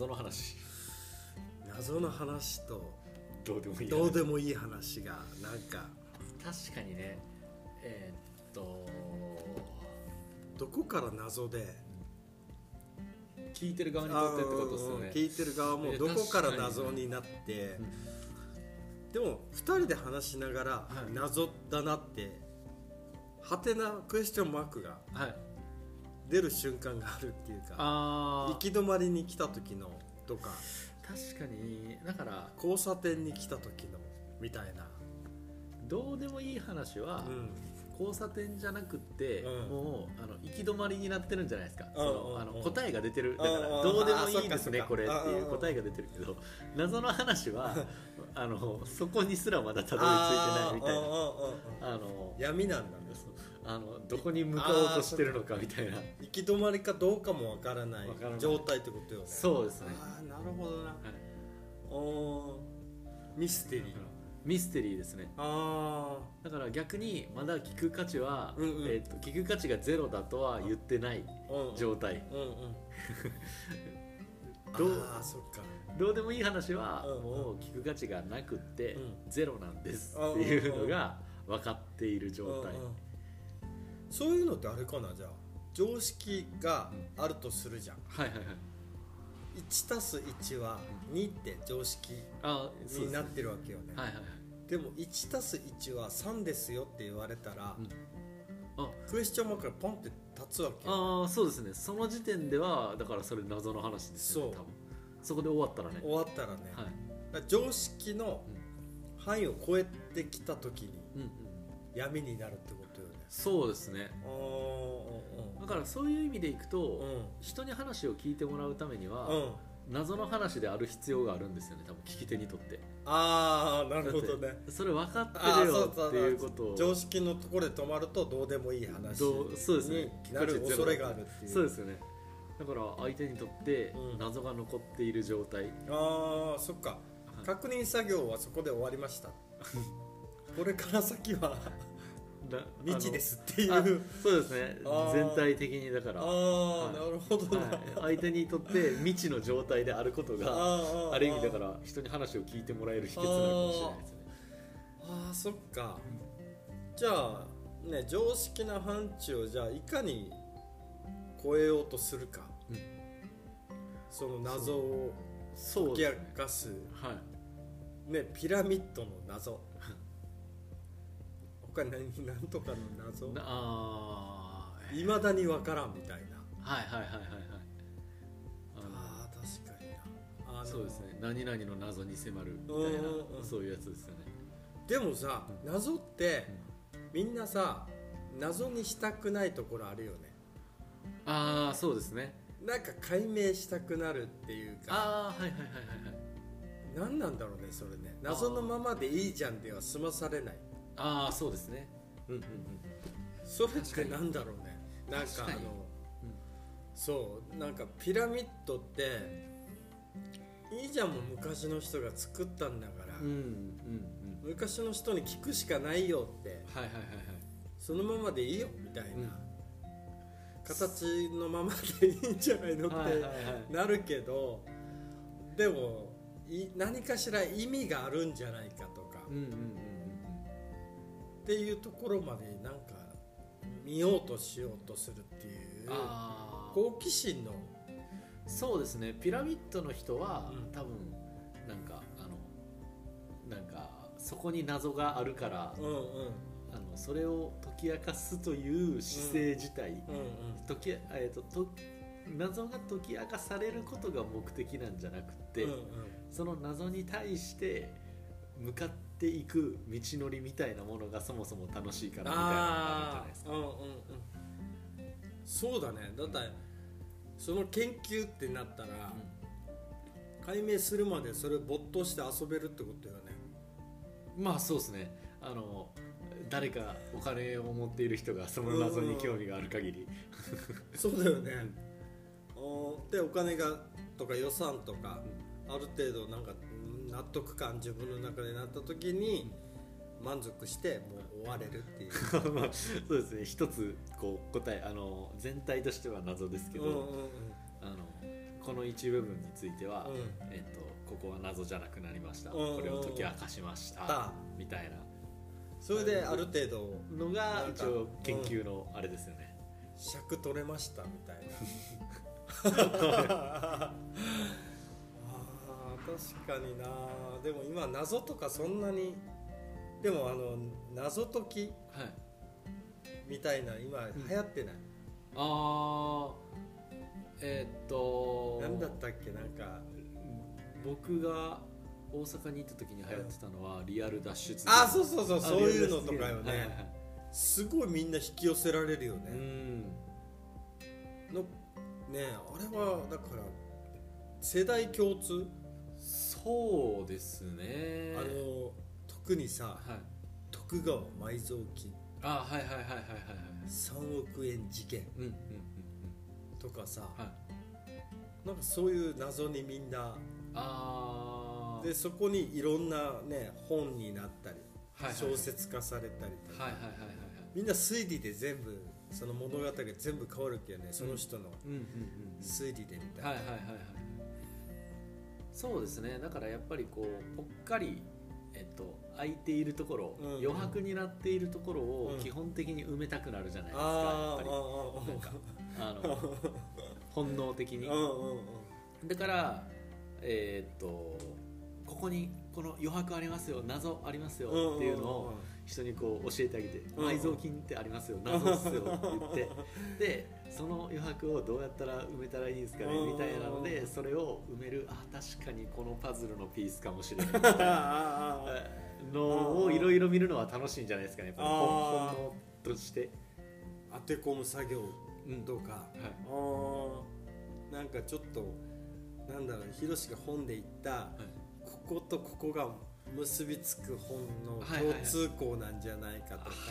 の話とどうでもいい話、 どうでもいい話がなんか確かにね。 どこから謎で聞いてる側にとってってことですよね。 聞いてる側もどこから謎になって、でも2人で話しながら謎だなってはてなクエスチョンマークが出る瞬間があるっていうか、行き止まりに来た時のとか、 確かにだから交差点に来た時のみたいな。 どうでもいい話は、交差点じゃなくって、もう行き止まりになってるんじゃないですか。答えが出てる。だからどうでもいいですねこれっていう答えが出てるけど、謎の話はそこにすらまだたどり着いてないみたいな、 闇なんだね。 どこに向かおうとしてるのかみたいな、 行き止まりかどうかもわからない状態ってことよね。 そうですね。 なるほどな、ミステリーですね。だから逆にまだ聞く価値は、聞く価値がゼロだとは言ってない状態。どうでもいい話はもう聞く価値がなくってゼロなんですっていうのが分かっている状態。 そういうのってあれかな。じゃあ常識があるとするじゃん。1+1 は2って常識になってるわけよね。でも 1+1 は3ですよって言われたら、クエスチョンマークがポンって立つわけよ。 そうですね。その時点ではだからそれ謎の話ですよね。多分そこで終わったらね、 常識の範囲を超えてきた時に闇になるってことよね。 そうですね。だからそういう意味でいくと、人に話を聞いてもらうためには、謎の話である必要があるんですよね。多分聞き手にとって。 なるほどね。 それ分かってるよっていうことを、 常識のところで止まるとどうでもいい話になる恐れがあるっていう。 そうですよね。だから相手にとって謎が残っている状態。 そっか。確認作業はそこで終わりましたこれから先は未知ですっていう。 そうですね。全体的にだから、 なるほどな、 相手にとって未知の状態であることがある意味だから人に話を聞いてもらえる秘訣なのかもしれないですね。 そっか。じゃあね、常識な範疇をじゃあいかに超えようとするか、その謎を解き明かす、ピラミッドの謎他に何とかの謎いまだに分からんみたいな。確かにな。 そうですね。何々の謎に迫るみたいな、そういうやつですよね。 でもさ、謎ってみんなさ謎にしたくないところあるよね。 そうですね。 なんか解明したくなるっていうか、何なんだろうねそれね。謎のままでいいじゃんでは済まされない。 そうですね。 それってなんだろうね。なんかそうなんかピラミッドっていいじゃん、もう昔の人が作ったんだから、昔の人に聞くしかないよって、そのままでいいよみたいな、形のままでいいんじゃないのってなるけど、でも何かしら意味があるんじゃないかとか、っていうところまでなんか見ようとしようとするっていう好奇心の。 そうですね。ピラミッドの人は、多分なんかそこに謎があるから、それを解き明かすという姿勢自体、謎が解き明かされることが目的なんじゃなくて、その謎に対して向かっていく道のりみたいなものがそもそも楽しいからみたいなのがあるんじゃないですか。 そうだね。だってその研究ってなったら、解明するまでそれを没頭して遊べるってことよね。 そうですね。誰かお金を持っている人がその謎に興味がある限り、 そうだよね。でお金がとか予算とか、ある程度なんか納得感自分の中でなった時に満足してもう終われるっていうそうですね。一つこう答え、全体としては謎ですけど、 この一部分については、ここは謎じゃなくなりました、これを解き明かしました、みたいな。 それである程度のが一応研究のあれですよね、 尺取れましたみたいなあ確かにな。でも今謎とかそんなに、でも謎解き、みたいな今流行ってない、なんだったっけ、なんか僕が大阪に行った時に流行ってたのはリアル脱出。 そうそういうのとかよね、すごいみんな引き寄せられるよね。のね、あれはだから世代共通。 そうですね。 特にさ、徳川埋蔵金、3億円事件とかさ、なんかそういう謎にみんなで、そこにいろんなね本になったり、小説化されたりとか、みんな推理で全部その物語が全部変わるけどね、その人の推理でみたいな。 そうですね。だからやっぱりこうぽっかり、空いているところ、余白になっているところを基本的に埋めたくなるじゃないですか、やっぱりなんか本能的に。だからここにこの余白ありますよ、謎ありますよっていうのを人にこう教えてあげて、埋蔵金ってありますよ、謎っすよって言って、でその余白をどうやったら埋めたらいいんですかねみたいなので、それを埋める、確かにこのパズルのピースかもしれないみたいなのをいろいろ見るのは楽しいんじゃないですかね、本能として当て込む作業とか、なんかちょっとなんだろう、ヒロシが本で言った、こことここが結びつく本の共通項なんじゃないかとか、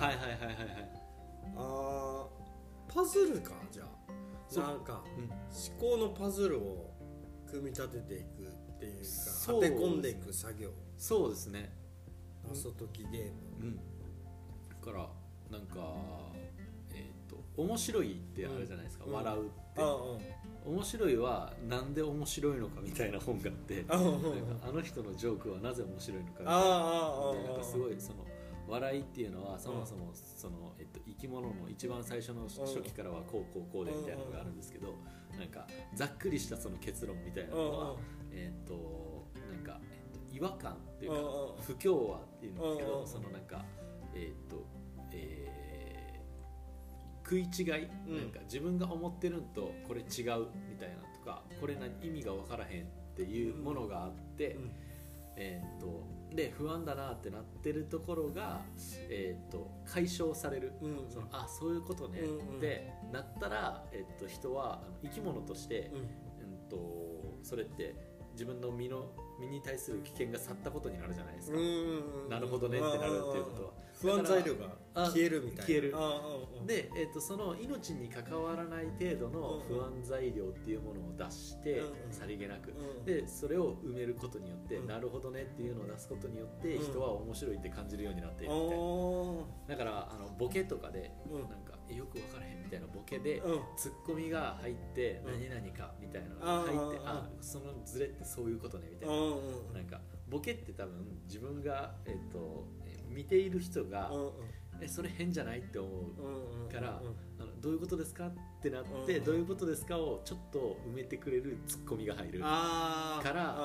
パズルか、じゃあなんか、思考のパズルを組み立てていくっていうか、当て込んでいく作業。 そうですね、 謎解きゲーム、 だからなんか面白いってあるじゃないですか、笑うって、面白いはなんで面白いのかみたいな本があって、なんかあの人のジョークはなぜ面白いのかみたいな、なんかすごいその笑いっていうのはそもそもその、生き物の一番最初の初期からはこうでみたいなのがあるんですけど、なんかざっくりしたその結論みたいなのはなんか、違和感っていうか不協和っていうんですけど、そのなんか食い違い、なんか自分が思ってるのとこれ違うみたいなとか、これ意味が分からへんっていうものがあって、で不安だなってなってるところが、解消される、そのそういうことね、ってなったら、人は生き物として、それって自分の身に対する危険が去ったことになるじゃないですか。なるほどねってなるっていうことは不安材料が消えるみたいな。 消える。で、その命に関わらない程度の不安材料っていうものを出して、さりげなく、でそれを埋めることによって、なるほどねっていうのを出すことによって、人は面白いって感じるようになっているみたいな。だからボケとかで、なんかよく分からへんみたいなボケで、ツッコミが入って何々かみたいなのが入って、そのズレってそういうことねみたいな。なんかボケって多分自分が見ている人が、それ変じゃないって思うから、どういうことですかってなって、どういうことですかをちょっと埋めてくれるツッコミが入るから、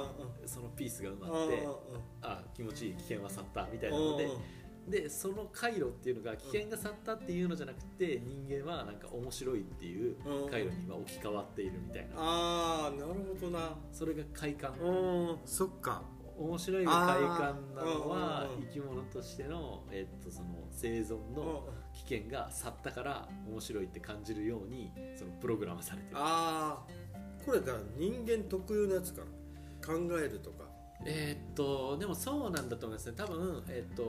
そのピースが埋まって、気持ちいい、危険は去ったみたいなので、その回路っていうのが危険が去ったっていうのじゃなくて、人間はなんか面白いっていう回路に今置き換わっているみたいな。 なるほどな。 それが快感。 そっか。 面白いが快感なのは生き物としての、その生存の危険が去ったから面白いって感じるようにそのプログラムされてる。 これだ、人間特有のやつかな、考えるとか。 でもそうなんだと思いますね。多分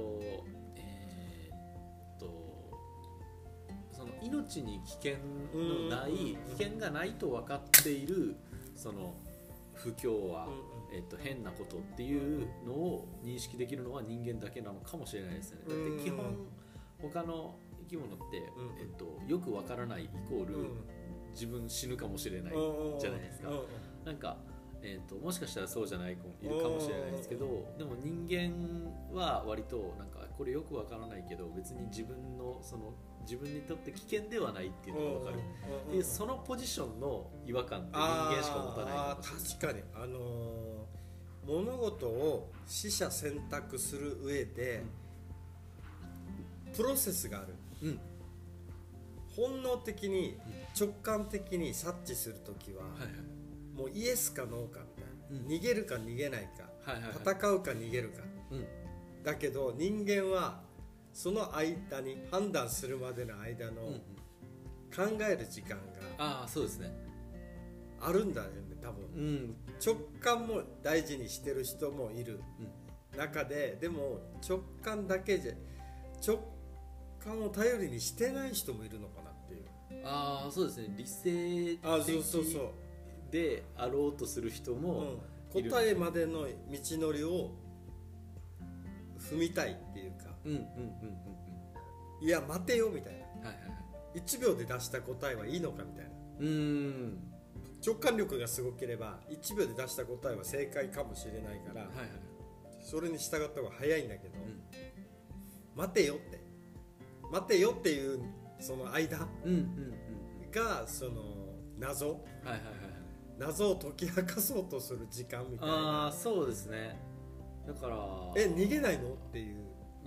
その命に危険のない、危険がないと分かっているその不協和、変なことっていうのを認識できるのは人間だけなのかもしれないですね。だって基本他の生き物って、よくわからないイコール、自分死ぬかもしれないじゃないですか。 なんか、もしかしたらそうじゃない子もいるかもしれないですけど、でも人間は割となんかこれよくわからないけど別に自分にとって危険ではないっていうのが分かるっていう、そのポジションの違和感って人間しか持たないかもしれない。 確かに物事を取捨選択する上で、プロセスがある、本能的に直感的に察知するときは、もうイエスかノーかみたいな、逃げるか逃げないか、戦うか逃げるか、だけど人間はその間に判断するまでの間の考える時間がそうですね、 あるんだよね多分、直感も大事にしてる人もいる中で、でも直感だけじゃ直感を頼りにしてない人もいるのかなっていう。 そうですね、理性的であろうとする人もいる、 答えまでの道のりを踏みたいっていうか、いや待てよみたいな、1秒で出した答えはいいのかみたいな、直感力がすごければ1秒で出した答えは正解かもしれないから、それに従った方が早いんだけど、待てよっていうその間がその謎を解き明かそうとする時間みたいな。 そうですね。だから逃げないのっていう、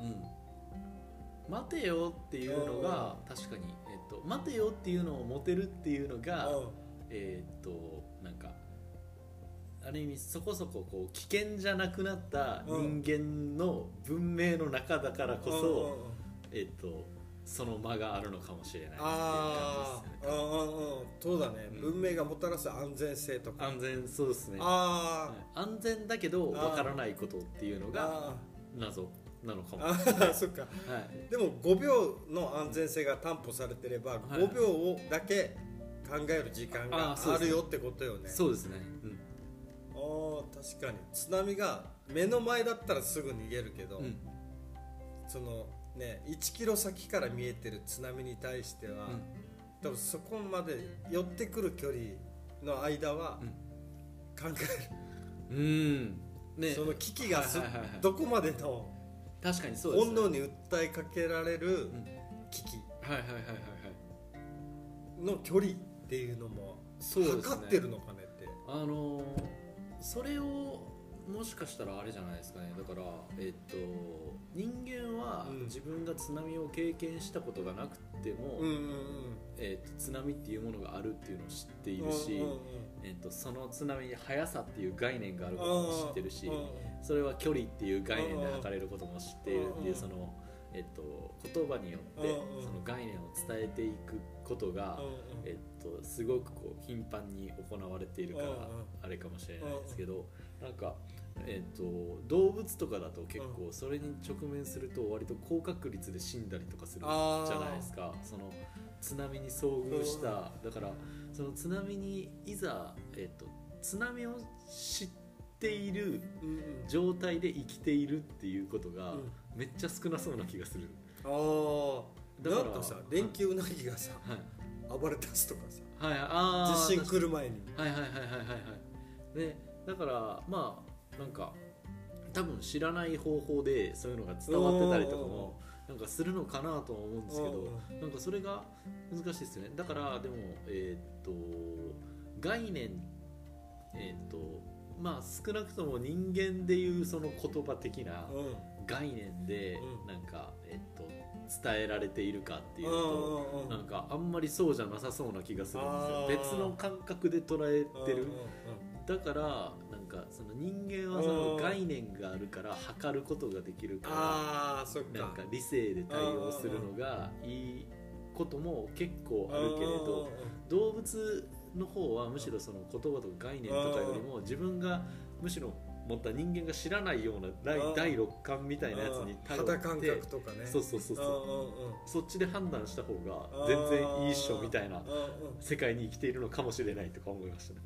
待てよっていうのが確かに、待てよっていうのを持てるっていうのが、なんかある意味そこそここう危険じゃなくなった人間の文明の中だからこそ、その間があるのかもしれないっていう感じですね。 そうだね、文明がもたらす安全性とか、 そうですね、安全だけどわからないことっていうのが謎なのかもしれない。 そっか、でも5秒の安全性が担保されてれば、5秒をだけ考える時間があるよってことよね。 そうですね、 確かに津波が目の前だったらすぐ逃げるけど、そのね、1キロ先から見えてる津波に対しては、多分そこまで寄ってくる距離の間は考える、その危機がどこまでの確かにそうです、 本能に訴えかけられる危機の距離っていうのも測ってるのかねって、 それをもしかしたらあれじゃないですかね。だから、人間は自分が津波を経験したことがなくても、津波っていうものがあるっていうのを知っているし、その津波に速さっていう概念があることも知ってるし、それは距離っていう概念で測れることも知っているっていう、その、言葉によってその概念を伝えていくことが、すごくこう頻繁に行われているからあれかもしれないですけど、なんか、動物とかだと結構それに直面すると割と高確率で死んだりとかするじゃないですか。その津波に遭遇した、だからその津波にいざ、津波を知っている状態で生きているっていうことがめっちゃ少なそうな気がする。 だからなんかさ、電気うなぎがさ、暴れ出すとかさ、地震来る前に、 でだからまあなんか多分知らない方法でそういうのが伝わってたりとかもなんかするのかなとは思うんですけど、なんかそれが難しいですよね。だからでも概念まあ少なくとも人間でいうその言葉的な概念でなんか伝えられているかっていうと、なんかあんまりそうじゃなさそうな気がするんですよ。別の感覚で捉えてる。だからなんかその人間はその概念があるから測ることができるから、なんか理性で対応するのがいいことも結構あるけれど、動物の方はむしろその言葉とか概念とかよりも自分がむしろ持った人間が知らないような第六感みたいなやつに頼って肌感覚とかね、 そうそっちで判断した方が全然いいっしょみたいな世界に生きているのかもしれないとか思いました。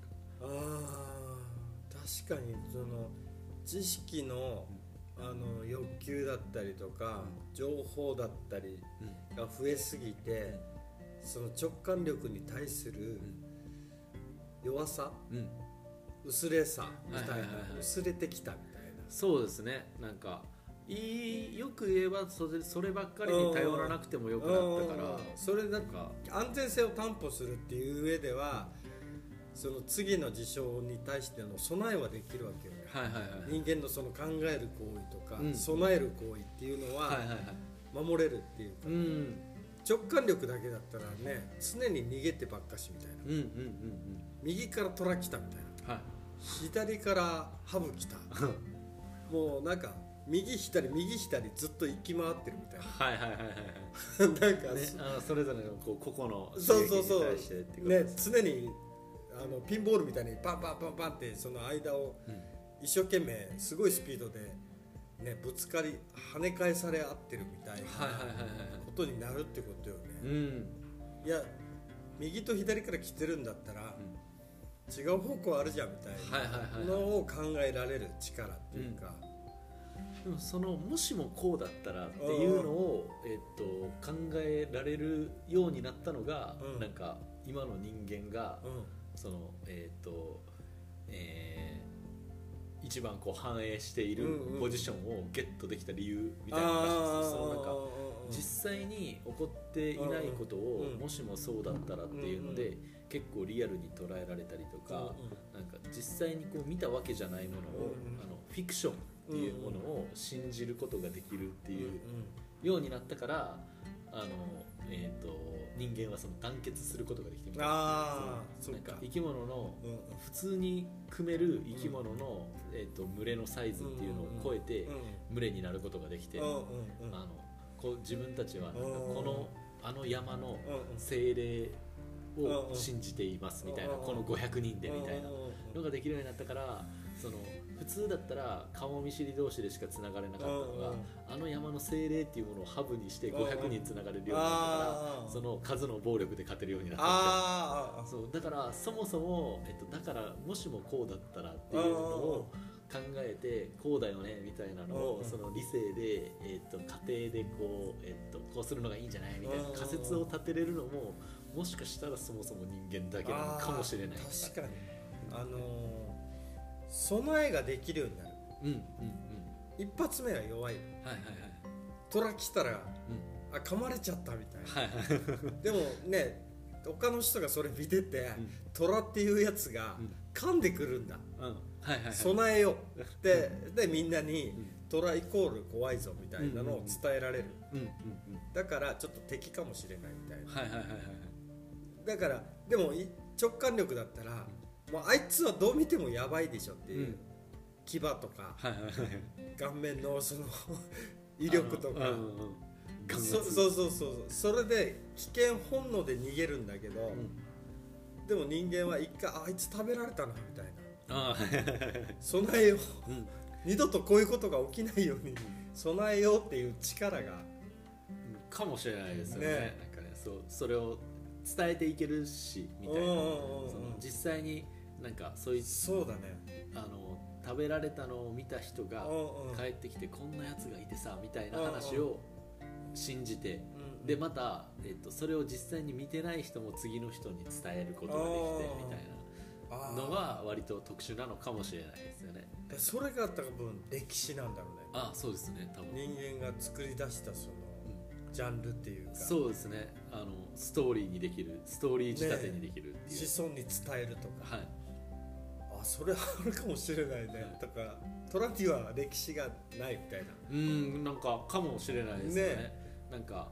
確かにその知識の欲求だったりとか情報だったりが増えすぎて、その直感力に対する弱さ薄れさみたいな、薄れてきたみたいな。 そうですね。なんかよく言えばそればっかりに頼らなくてもよくなったから、 それなんか安全性を担保するっていう上では、その次の事象に対しての備えはできるわけよね、人間のその考える行為とか、備える行為っていうのは守れるっていうか、直感力だけだったらね、常に逃げてばっかしみたいな、右から虎来たみたいな、左からハブ来たもうなんか右左ずっと行き回ってるみたいな、なんか、 ね、それぞれのこう個々の刺激に対してっていうことですね。常にピンボールみたいにパンパンパンパンってその間を一生懸命すごいスピードで、ね、ぶつかり跳ね返され合ってるみたいなことになるってことよね。いや右と左から来てるんだったら、違う方向あるじゃんみたいなのを考えられる力っていうか、 でもそのもしもこうだったらっていうのを、考えられるようになったのが、なんか今の人間が、その一番こう反映しているポジションをゲットできた理由みたいな話です。そのなんか実際に起こっていないことをもしもそうだったらっていうので結構リアルに捉えられたりとか、なんか実際にこう見たわけじゃないものをフィクションっていうものを信じることができるっていうようになったから、人間はその団結することができてみたいな。なんか生き物の普通に組める生き物の群れのサイズっていうのを超えて群れになることができて、こう自分たちはなんかこの山の精霊を信じていますみたいな、この500人でみたいなのができるようになったから、その普通だったら顔見知り同士でしかつながれなかったのが、山の精霊っていうものをハブにして500人つながれるようになったから、その数の暴力で勝てるようになった。そうだからそもそも、だからもしもこうだったらっていうのを考えてこうだよねみたいなのを、その理性で、家庭でこう、こうするのがいいんじゃないみたいな仮説を立てれるのも、もしかしたらそもそも人間だけなのかもしれない。 確かに備えができるようになる。一発目は弱い。虎来たら、噛まれちゃったみたいな。でもね、他の人がそれ見てて、虎っていうやつが噛んでくるんだ。備えようでみんなに虎イコール怖いぞみたいなのを伝えられる。だからちょっと敵かもしれないみたいな。だからでも直感力だったら、もうあいつはどう見てもやばいでしょっていう、牙とか顔面のその威力とか、それで危険本能で逃げるんだけど、でも人間は一回あいつ食べられたなみたいな、備えよう、二度とこういうことが起きないように備えようっていう力がかもしれないですよね。なんかね、それを伝えていけるしみたいな、実際になんかそうだね、食べられたのを見た人が帰ってきて、こんなやつがいてさみたいな話を信じて、でまた、それを実際に見てない人も次の人に伝えることができてみたいなのは割と特殊なのかもしれないですよね。 それが多分歴史なんだろうね。 そうですね、多分人間が作り出したそのジャンルっていうか、 そうですね、ストーリーにできる、ストーリー仕立てにできるっていう、 子孫に伝えるとか、それはあるかもしれないね。だから虎には歴史がないみたいな、 なんかかもしれないですね。なんか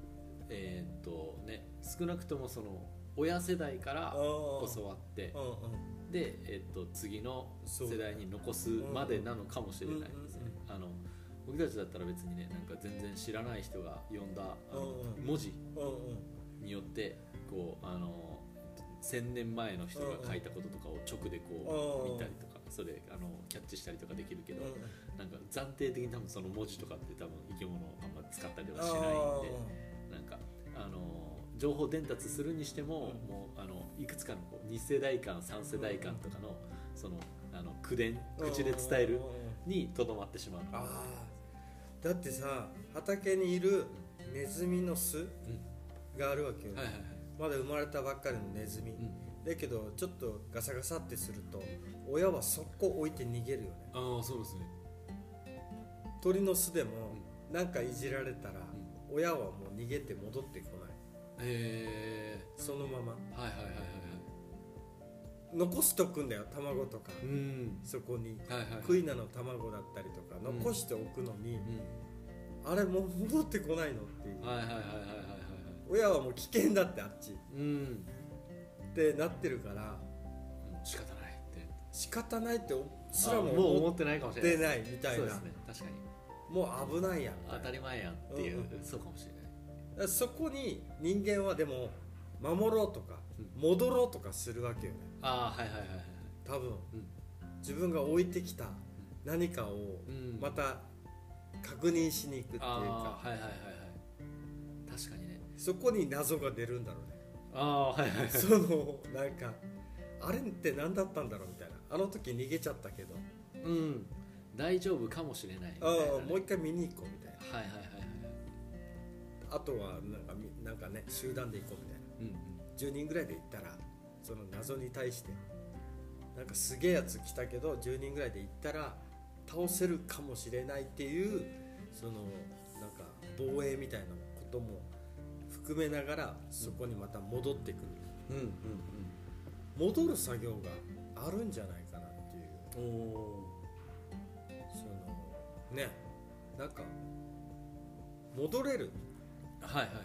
少なくともその親世代から教わって、で、次の世代に残すまでなのかもしれないですね。僕たちだったら別にね、なんか全然知らない人が読んだ文字によってこう1000年前の人が書いたこととかを直でこう見たりとか、それキャッチしたりとかできるけど、なんか暫定的に多分その文字とかって多分生き物をあんま使ったりとかしないんで、なんか情報伝達するにしても、もういくつかのこう2世代間3世代間とかのその口伝、口で伝えるにとどまってしまう。 だってさ、畑にいるネズミの巣があるわけよ、まだ生まれたばっかりのネズミ、 だけどちょっとガサガサってすると親は速攻置いて逃げるよね。 ああそうですね。 鳥の巣でもなんかいじられたら、親はもう逃げて戻ってこない。そのまま、はいはいはいはい、残しとくんだよ、卵とか、そこに、はいはいはい、クイナの卵だったりとか残しておくのに、あれもう戻ってこないのっていう、はいはいはいはいはい、親はもう危険だってあっち、ってなってるから、 仕方ないって仕方ないってすらももう思ってないかもしれない、 みたいな。そうですね、 確かにもう危ないやん、 当たり前やんっていう、そうかもしれない。そこに人間はでも守ろうとか、戻ろうとかするわけよね。 ああはいはいはいはい、 多分、自分が置いてきた何かをまた確認しに行くっていうか、 はいはいはいはい、確かにね、 そこに謎が出るんだろうね。 ああはいはいはい、 そのなんかあれって何だったんだろうみたいな、あの時逃げちゃったけど、 大丈夫かもしれないみたいな、ね、 もう一回見に行こうみたいな、 はいはいはいはい、 あとはなんかね、集団で行こうみたいな、10人ぐらいで行ったらその謎に対してなんかすげえやつ来たけど10人ぐらいで行ったら倒せるかもしれないっていう、そのなんか防衛みたいなことも含めながらそこにまた戻ってくる、戻る作業があるんじゃないかなっていう、そのね、なんか戻れる、はいはいはい、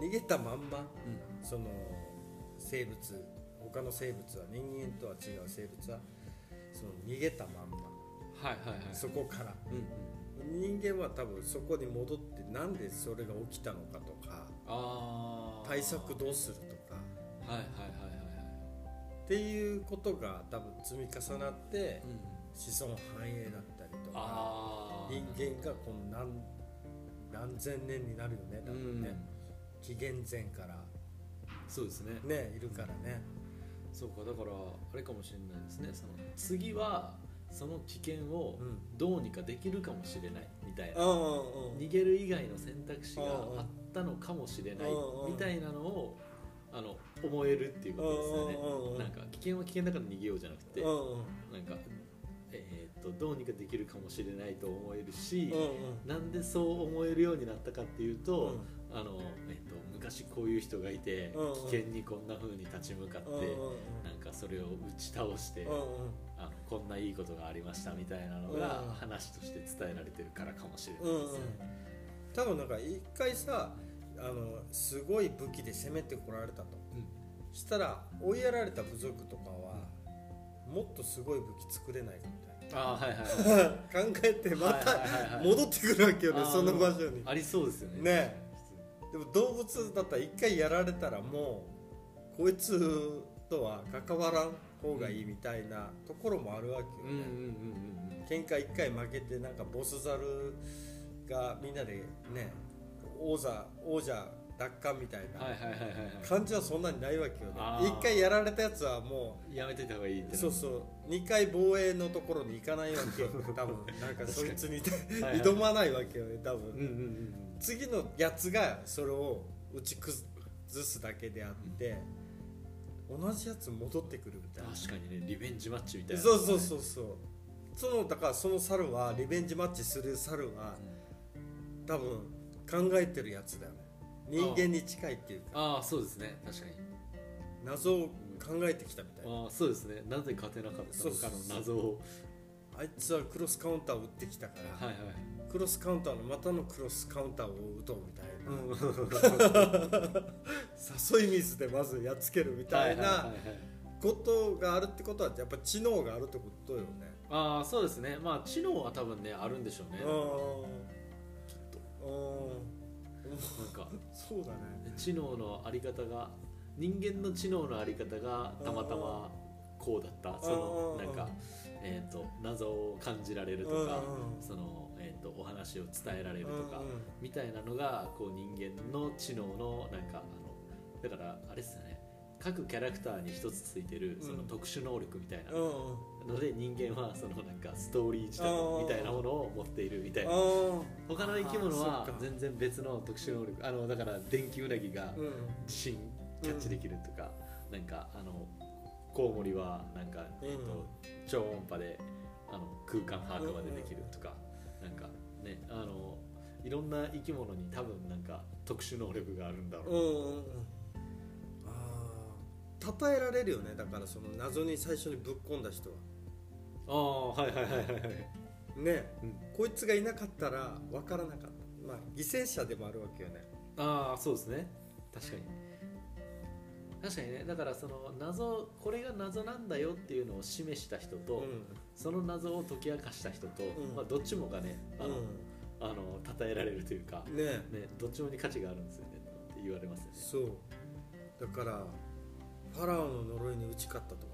逃げたまんま、その生物、他の生物は、人間とは違う生物はその逃げたまんま、はいはいはい、そこから、人間は多分そこに戻ってなんでそれが起きたのかとか、対策どうするとか、はいはいはいはい、っていうことが多分積み重なって、子孫繁栄だったりとか、人間がこの何千年になるよね、多分ね、紀元前からそうですね、 いるからね。 そうか、だからあれかもしれないですね、その次はその危険をどうにかできるかもしれないみたいな、逃げる以外の選択肢があったのかもしれないみたいなのを思えるっていうことですよね。なんか危険は危険だから逃げようじゃなくて、なんかどうにかできるかもしれないと思えるし、なんでそう思えるようになったかっていうと、昔こういう人がいて危険にこんな風に立ち向かって、なんかそれを打ち倒して、こんないいことがありましたみたいなのが話として伝えられてるからかもしれないですね。 多分なんか一回さ、すごい武器で攻めてこられたと、したら追いやられた部族とかはもっとすごい武器作れないかみたいな、考えてまた戻ってくるわけよね、その場所に。 ありそうですよね。 でも動物だったら一回やられたらもうこいつとは関わらん方がいいみたいなところもあるわけよね。喧嘩一回負けてなんかボスザルがみんなでね、王者奪還みたいな感じはそんなにないわけよね。一回やられたやつはもうやめてた方がいいって。 そうそう、2回防衛のところに行かないわけよ多分なんかそいつに挑まないわけよね多分。次のやつがそれを打ち崩すだけであって、同じやつ戻ってくるみたいな。 確かにね、リベンジマッチみたいな、 そうだからその猿はリベンジマッチする猿は、多分考えてるやつだよね。人間に近いっていうか。 そうですね、確かに謎を考えてきたみたいな。 そうですね、なぜ勝てなかったのかの謎を。 あいつはクロスカウンターを打ってきたから、クロスカウンターのまたのクロスカウンターを打とうみたいな、誘い水でまずやっつけるみたいなことがあるってことは、やっぱ知能があるってことよね。 そうですね、まあ知能は多分ねあるんでしょうね、きっと。なんかそうだね、 知能のあり方が、人間の知能のあり方がたまたまこうだった、そのなんか謎を感じられるとか、そのお話を伝えられるとかみたいなのがこう人間の知能のなんかだからあれですよね、各キャラクターに一つついてるその特殊能力みたいなので、人間はそのなんかストーリー仕立てみたいなものを持っているみたいな。他の生き物は全然別の特殊能力、だから電気ウナギが地震キャッチできるとか、 なんかコウモリはなんか、超音波で空間把握までできるとか、なんかねいろんな生き物に多分なんか特殊能力があるんだろう。 称えられるよね。だからその謎に最初にぶっ込んだ人ははいはいはいはいね、こいつがいなかったら分からなかった。まあ犠牲者でもあるわけよね。 そうですね。確かにね。だからそのこれが謎なんだよっていうのを示した人と、その謎を解き明かした人と、どっちもがね称えられるというか、ね、どっちもに価値があるんですよねって言われますよね。 そうだからファラオの呪いに打ち勝ったとか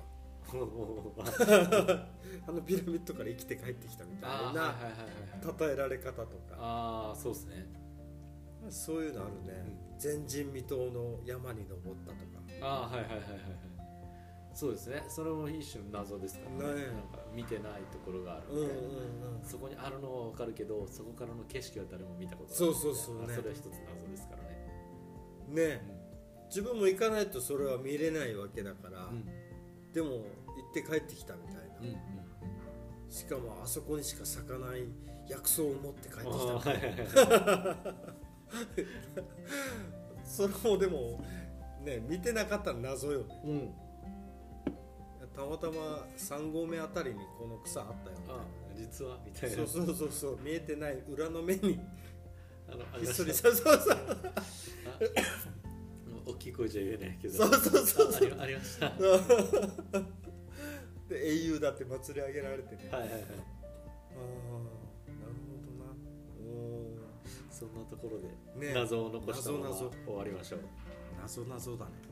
ピラミッドから生きて帰ってきたみたいな称えられ方とか。 そうですね。 そういうのあるね。前人未到の山に登ったとか。 はいはいはいはい。そうですね。それも一種の謎ですからね。なんか見てないところがあるみたいな。そこにあるのは分かるけど、そこからの景色は誰も見たことない。そうね。それは一つ謎ですからね。 ね。自分も行かないとそれは見れないわけだから、でも行って帰ってきたみたいな、しかもあそこにしか咲かない薬草を持って帰ってきたみたいなそれもでもね、見てなかったら謎よね、たまたま3合目あたりにこの草あったよみたいな、 実はみたいな。 そう見えてない裏の目にひっそり大きい声じゃ言えないけど、 そうありましたで英雄だって祭り上げられてね。 はいはいはい。 なるほどな。 そんなところで謎を残したまま終わりましょう。 謎だね。